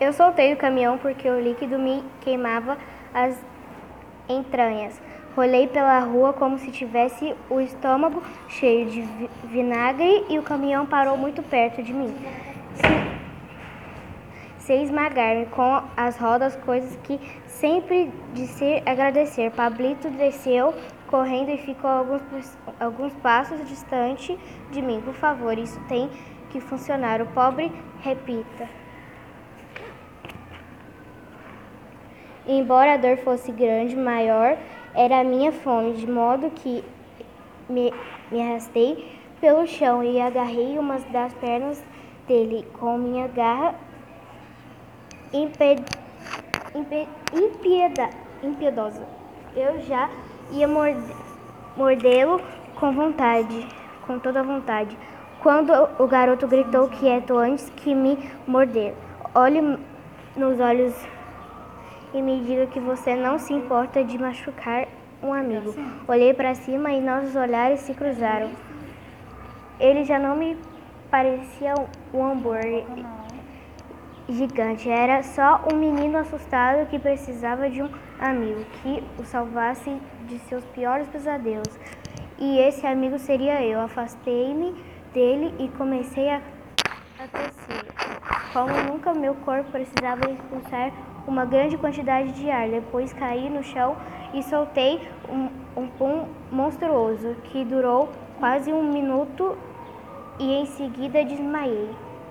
Eu soltei o caminhão porque o líquido me queimava as entranhas. Rolei pela rua como se tivesse o estômago cheio de vinagre e o caminhão parou muito perto de mim. Se esmagar-me com as rodas, coisas que sempre disse agradecer. Pablito desceu correndo e ficou alguns passos distante de mim. Por favor, isso tem que funcionar. O pobre repita. Embora a dor fosse grande, maior era a minha fome, de modo que me arrastei pelo chão e agarrei uma das pernas dele com minha garra impiedosa. Eu já ia mordê-lo com toda a vontade, quando o garoto gritou quieto antes que me morder. Olhe nos olhos e me diga que você não se importa de machucar um amigo. Olhei para cima e nossos olhares se cruzaram. Ele já não me parecia um hambúrguer gigante. Era só um menino assustado que precisava de um amigo que o salvasse de seus piores pesadelos. E esse amigo seria eu. Afastei-me dele e comecei a tossir. Como nunca, meu corpo precisava expulsar uma grande quantidade de ar. Depois caí no chão e soltei um pum monstruoso que durou quase 1 minuto e em seguida desmaiei.